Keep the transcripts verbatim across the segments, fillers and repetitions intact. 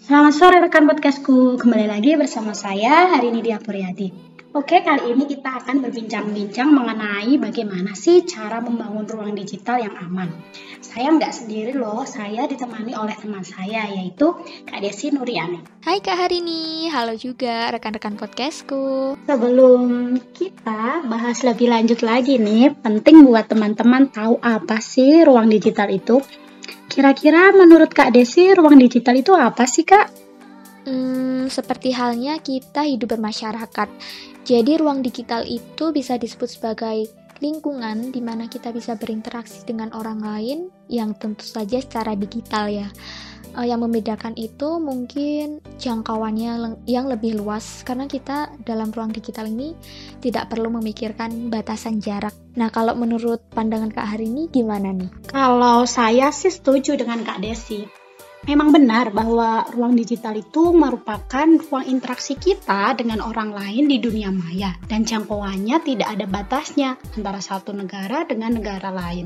Selamat sore rekan podcastku, kembali lagi bersama saya hari ini Dia Puryadi. Oke, kali ini kita akan berbincang-bincang mengenai bagaimana sih cara membangun ruang digital yang aman. Saya nggak sendiri loh, saya ditemani oleh teman saya yaitu Kak Desi Nuriani. Hai Kak Harini, halo juga rekan-rekan podcastku. Sebelum kita bahas lebih lanjut lagi nih, penting buat teman-teman tahu apa sih ruang digital itu. Kira-kira menurut Kak Desi, ruang digital itu apa sih, Kak? Hmm, seperti halnya kita hidup bermasyarakat. Jadi ruang digital itu bisa disebut sebagai lingkungan di mana kita bisa berinteraksi dengan orang lain yang tentu saja secara digital ya. Uh, yang membedakan itu mungkin jangkauannya leng- yang lebih luas karena kita dalam ruang digital ini tidak perlu memikirkan batasan jarak. Nah, kalau menurut pandangan Kak Harini gimana nih? Kalau saya sih setuju dengan Kak Desi. Memang benar bahwa ruang digital itu merupakan ruang interaksi kita dengan orang lain di dunia maya dan jangkauannya tidak ada batasnya antara satu negara dengan negara lain.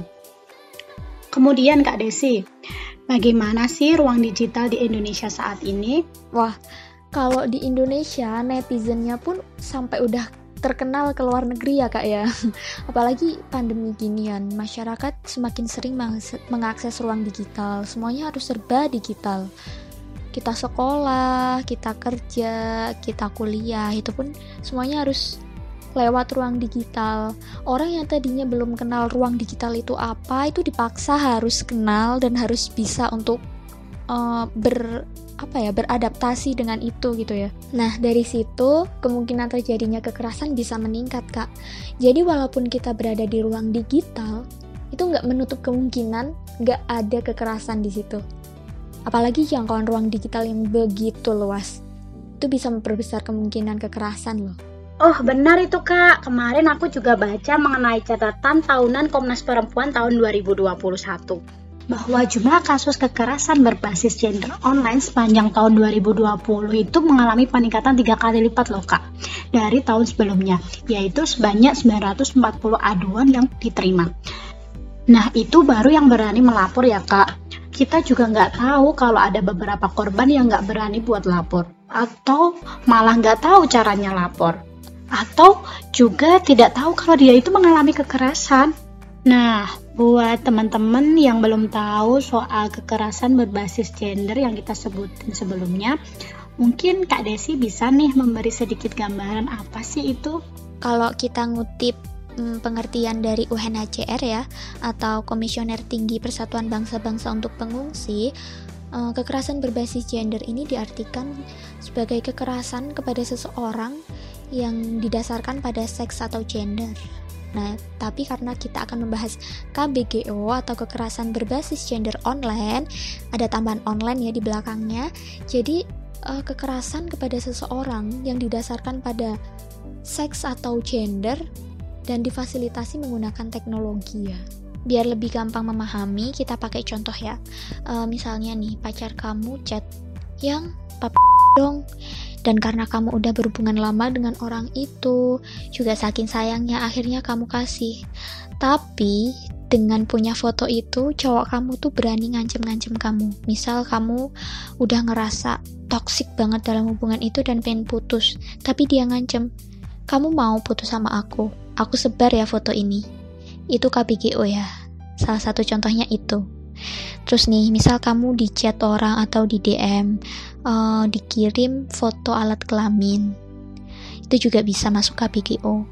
Kemudian Kak Desi, bagaimana sih ruang digital di Indonesia saat ini? Wah, kalau di Indonesia netizennya pun sampai udah terkenal ke luar negeri ya Kak ya. Apalagi pandemi ginian, masyarakat semakin sering mengakses ruang digital. Semuanya harus serba digital. Kita sekolah, kita kerja, kita kuliah, itu pun semuanya harus lewat ruang digital. Orang yang tadinya belum kenal ruang digital itu apa, itu dipaksa harus kenal dan harus bisa untuk uh, ber apa ya beradaptasi dengan itu gitu ya. Nah, dari situ kemungkinan terjadinya kekerasan bisa meningkat, Kak. Jadi walaupun kita berada di ruang digital, itu nggak menutup kemungkinan nggak ada kekerasan di situ. Apalagi jangkauan ruang digital yang begitu luas, itu bisa memperbesar kemungkinan kekerasan loh. Oh benar itu Kak, kemarin aku juga baca mengenai catatan tahunan Komnas Perempuan tahun dua ribu dua puluh satu bahwa jumlah kasus kekerasan berbasis gender online sepanjang tahun dua ribu dua puluh itu mengalami peningkatan tiga kali lipat loh Kak dari tahun sebelumnya, yaitu sebanyak sembilan ratus empat puluh aduan yang diterima. Nah itu baru yang berani melapor ya Kak. Kita juga nggak tahu kalau ada beberapa korban yang nggak berani buat lapor atau malah nggak tahu caranya lapor, atau juga tidak tahu kalau dia itu mengalami kekerasan. Nah, buat teman-teman yang belum tahu soal kekerasan berbasis gender yang kita sebutin sebelumnya, mungkin Kak Desi bisa nih memberi sedikit gambaran apa sih itu? Kalau kita ngutip hmm, pengertian dari U N H C R ya, atau Komisioner Tinggi Persatuan Bangsa-Bangsa untuk Pengungsi, kekerasan berbasis gender ini diartikan sebagai kekerasan kepada seseorang yang didasarkan pada seks atau gender. Nah, tapi karena kita akan membahas K B G O atau kekerasan berbasis gender online, ada tambahan online ya di belakangnya. Jadi, uh, kekerasan kepada seseorang yang didasarkan pada seks atau gender dan difasilitasi menggunakan teknologi ya. Biar lebih gampang memahami, kita pakai contoh ya. Uh, misalnya nih, pacar kamu chat yang papa dong. Dan karena kamu udah berhubungan lama dengan orang itu, juga saking sayangnya akhirnya kamu kasih. Tapi dengan punya foto itu, cowok kamu tuh berani ngancem-ngancem kamu. Misal kamu udah ngerasa toksik banget dalam hubungan itu dan pengen putus, tapi dia ngancem, kamu mau putus sama aku, aku sebar ya foto ini. Itu K B G O ya. Salah satu contohnya itu. Terus nih, misal kamu di chat orang atau di D M uh, dikirim foto alat kelamin, itu juga bisa masuk K B G O.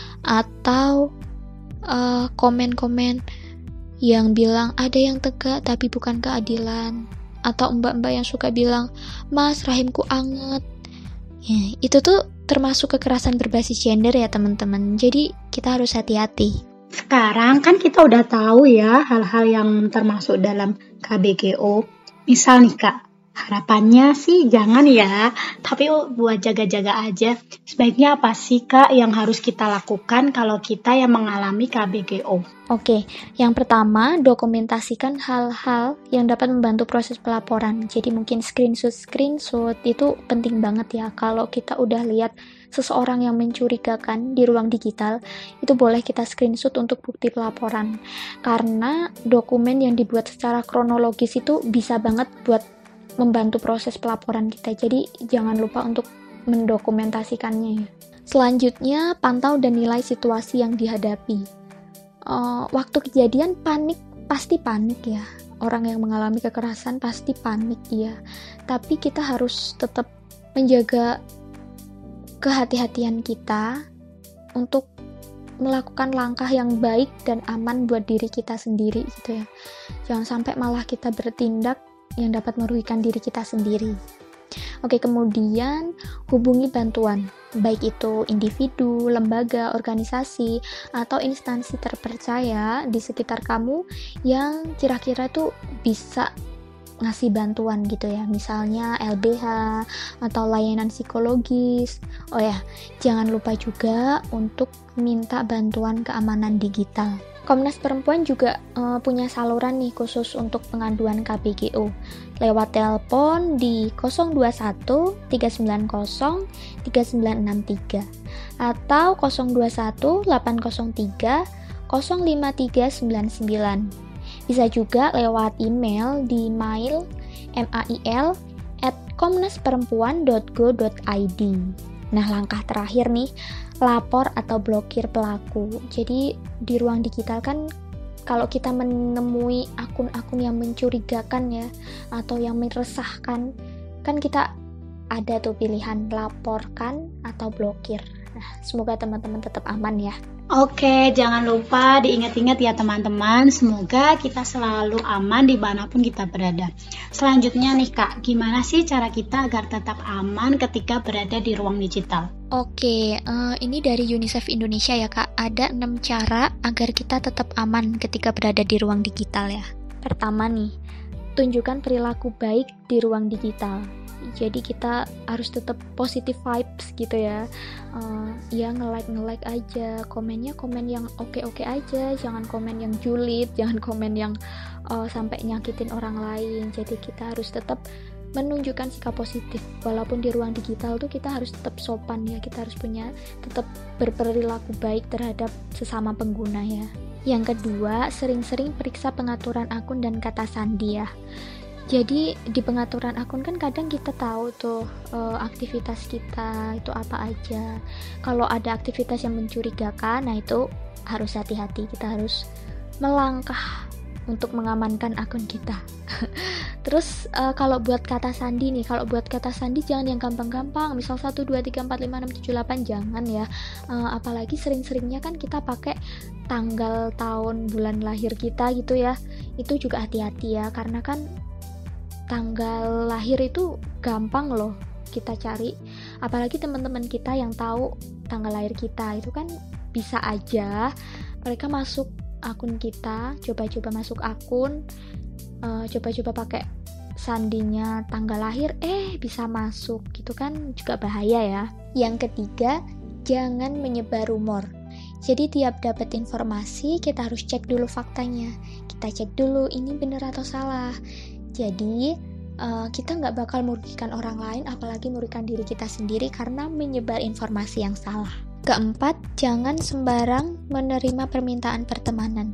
Atau uh, komen-komen yang bilang ada yang tegak tapi bukan keadilan, atau mbak-mbak yang suka bilang mas rahimku anget ya, itu tuh termasuk kekerasan berbasis gender ya teman-teman. Jadi kita harus hati-hati. Sekarang kan kita udah tahu ya hal-hal yang termasuk dalam K B G O. Misal nih Kak, harapannya sih jangan ya, tapi buat jaga-jaga aja. Sebaiknya apa sih Kak yang harus kita lakukan kalau kita yang mengalami K B G O? Oke, yang pertama dokumentasikan hal-hal yang dapat membantu proses pelaporan. Jadi mungkin screenshot-screenshot itu penting banget ya. Kalau kita udah lihat seseorang yang mencurigakan di ruang digital, itu boleh kita screenshot untuk bukti pelaporan. Karena dokumen yang dibuat secara kronologis itu bisa banget buat membantu proses pelaporan kita. Jadi jangan lupa untuk mendokumentasikannya ya. Selanjutnya, pantau dan nilai situasi yang dihadapi. Uh, waktu kejadian panik, pasti panik ya. Orang yang mengalami kekerasan pasti panik ya. Tapi kita harus tetap menjaga kehati-hatian kita untuk melakukan langkah yang baik dan aman buat diri kita sendiri gitu ya. Jangan sampai malah kita bertindak yang dapat merugikan diri kita sendiri. Oke, kemudian hubungi bantuan, baik itu individu, lembaga, organisasi, atau instansi terpercaya di sekitar kamu yang kira-kira tuh bisa ngasih bantuan gitu ya, misalnya L B H atau layanan psikologis. Oh ya, jangan lupa juga untuk minta bantuan keamanan digital. Komnas Perempuan juga uh, punya saluran nih khusus untuk pengaduan K B G O lewat telepon di nol dua satu tiga sembilan nol tiga sembilan enam tiga atau nol dua satu delapan nol tiga nol lima tiga sembilan sembilan. Bisa juga lewat email di mail mail at komnasperempuan dot go dot i d. Nah, langkah terakhir nih, lapor atau blokir pelaku. Jadi di ruang digital kan kalau kita menemui akun-akun yang mencurigakan ya atau yang meresahkan, kan kita ada tuh pilihan laporkan atau blokir. Nah, semoga teman-teman tetap aman ya. Oke, jangan lupa diingat-ingat ya teman-teman. Semoga kita selalu aman dimanapun kita berada. Selanjutnya nih Kak, gimana sih cara kita agar tetap aman ketika berada di ruang digital? Oke, uh, ini dari UNICEF Indonesia ya Kak. Ada enam cara agar kita tetap aman ketika berada di ruang digital ya. Pertama nih, tunjukkan perilaku baik di ruang digital. Jadi kita harus tetap positive vibes gitu ya. Uh, ya nge-like nge-like aja, komennya komen yang oke-oke aja, jangan komen yang julid, jangan komen yang uh, sampai nyakitin orang lain. Jadi kita harus tetap menunjukkan sikap positif. Walaupun di ruang digital tuh kita harus tetap sopan ya, kita harus punya tetap berperilaku baik terhadap sesama pengguna ya. Yang kedua, sering-sering periksa pengaturan akun dan kata sandi ya. Jadi di pengaturan akun kan kadang kita tahu tuh uh, aktivitas kita itu apa aja. Kalau ada aktivitas yang mencurigakan, nah itu harus hati-hati. Kita harus melangkah untuk mengamankan akun kita. Terus uh, kalau buat kata sandi nih, kalau buat kata sandi jangan yang gampang-gampang. Misal satu, dua, tiga, empat, lima, enam, tujuh, delapan, jangan ya. Uh, apalagi sering-seringnya kan kita pakai tanggal, tahun, bulan lahir kita gitu ya. Itu juga hati-hati ya, karena kan tanggal lahir itu gampang loh kita cari, apalagi teman-teman kita yang tahu tanggal lahir kita itu kan bisa aja mereka masuk akun kita, coba-coba masuk akun, uh, coba-coba pakai sandinya tanggal lahir, eh bisa masuk gitu kan, juga bahaya ya. Yang ketiga, jangan menyebar rumor. Jadi tiap dapat informasi kita harus cek dulu faktanya, kita cek dulu ini benar atau salah. Jadi uh, kita nggak bakal merugikan orang lain, apalagi merugikan diri kita sendiri karena menyebar informasi yang salah. Keempat, jangan sembarang menerima permintaan pertemanan.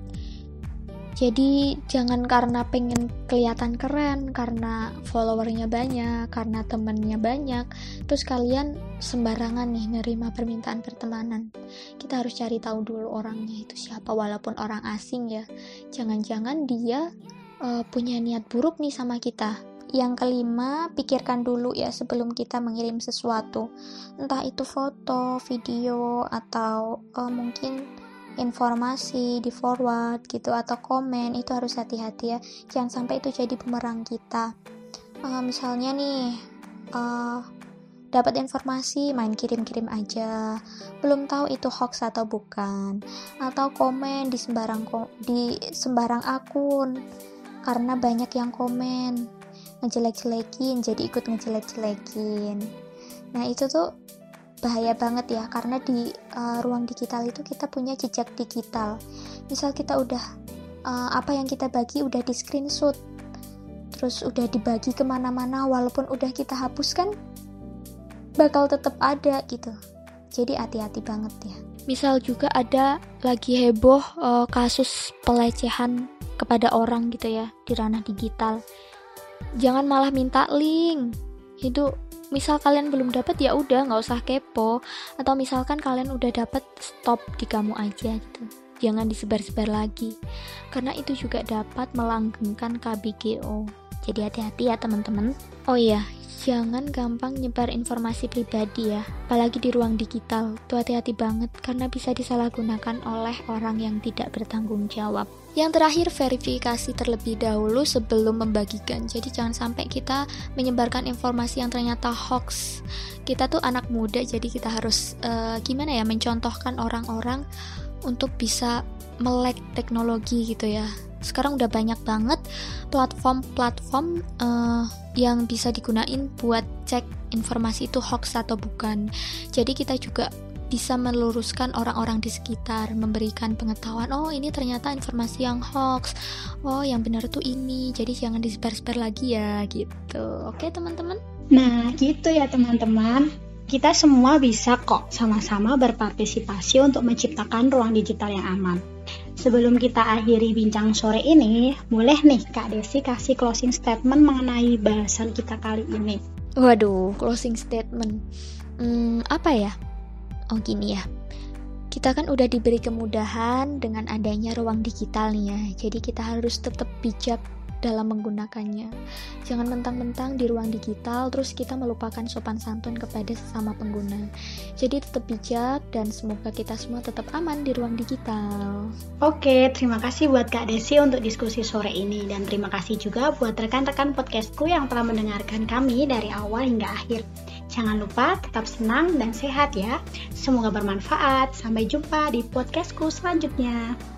Jadi jangan karena pengen kelihatan keren, karena followernya banyak, karena temennya banyak, terus kalian sembarangan nih nerima permintaan pertemanan. Kita harus cari tahu dulu orangnya itu siapa, walaupun orang asing ya. Jangan-jangan dia Uh, punya niat buruk nih sama kita. Yang kelima, pikirkan dulu ya sebelum kita mengirim sesuatu, entah itu foto, video, atau uh, mungkin informasi di forward gitu, atau komen. Itu harus hati-hati ya, jangan sampai itu jadi bumerang kita. Uh, misalnya nih uh, dapat informasi, main kirim-kirim aja, belum tahu itu hoax atau bukan, atau komen di sembarang di sembarang akun karena banyak yang komen ngejelek-jelekin, jadi ikut ngejelek-jelekin. Nah itu tuh bahaya banget ya, karena di uh, ruang digital itu kita punya jejak digital. Misal kita udah uh, apa yang kita bagi udah di screenshot, terus udah dibagi kemana-mana, walaupun udah kita hapus kan bakal tetap ada gitu. Jadi hati-hati banget ya. Misal juga ada lagi heboh uh, kasus pelecehan kepada orang gitu ya di ranah digital. Jangan malah minta link. Itu misal kalian belum dapat ya udah nggak usah kepo, atau misalkan kalian udah dapat, stop di kamu aja gitu. Jangan disebar-sebar lagi, karena itu juga dapat melanggengkan K B G O. Jadi hati-hati ya teman-teman. Oh iya, jangan gampang nyebar informasi pribadi ya, apalagi di ruang digital. Tuh hati-hati banget, karena bisa disalahgunakan oleh orang yang tidak bertanggung jawab. Yang terakhir, verifikasi terlebih dahulu sebelum membagikan. Jadi jangan sampai kita menyebarkan informasi yang ternyata hoax. Kita tuh anak muda, jadi kita harus uh, gimana ya, mencontohkan orang-orang untuk bisa melek teknologi gitu ya. Sekarang udah banyak banget platform-platform uh, yang bisa digunain buat cek informasi itu hoax atau bukan. Jadi kita juga bisa meluruskan orang-orang di sekitar, memberikan pengetahuan, oh ini ternyata informasi yang hoax, oh yang benar tuh ini, jadi jangan disebar-sebar lagi ya gitu. Oke teman-teman? Nah gitu ya teman-teman, kita semua bisa kok sama-sama berpartisipasi untuk menciptakan ruang digital yang aman. Sebelum kita akhiri bincang sore ini, boleh nih Kak Desi kasih closing statement mengenai bahasan kita kali ini. Waduh, closing statement. Hmm, apa ya? Oh gini ya, kita kan udah diberi kemudahan dengan adanya ruang digital nih ya. Jadi kita harus tetap bijak dalam menggunakannya. Jangan mentang-mentang di ruang digital terus kita melupakan sopan santun kepada sesama pengguna. Jadi tetap bijak dan semoga kita semua tetap aman di ruang digital. Oke, terima kasih buat Kak Desi untuk diskusi sore ini, dan terima kasih juga buat rekan-rekan podcastku yang telah mendengarkan kami dari awal hingga akhir. Jangan lupa tetap senang dan sehat ya. Semoga bermanfaat. Sampai jumpa di podcastku selanjutnya.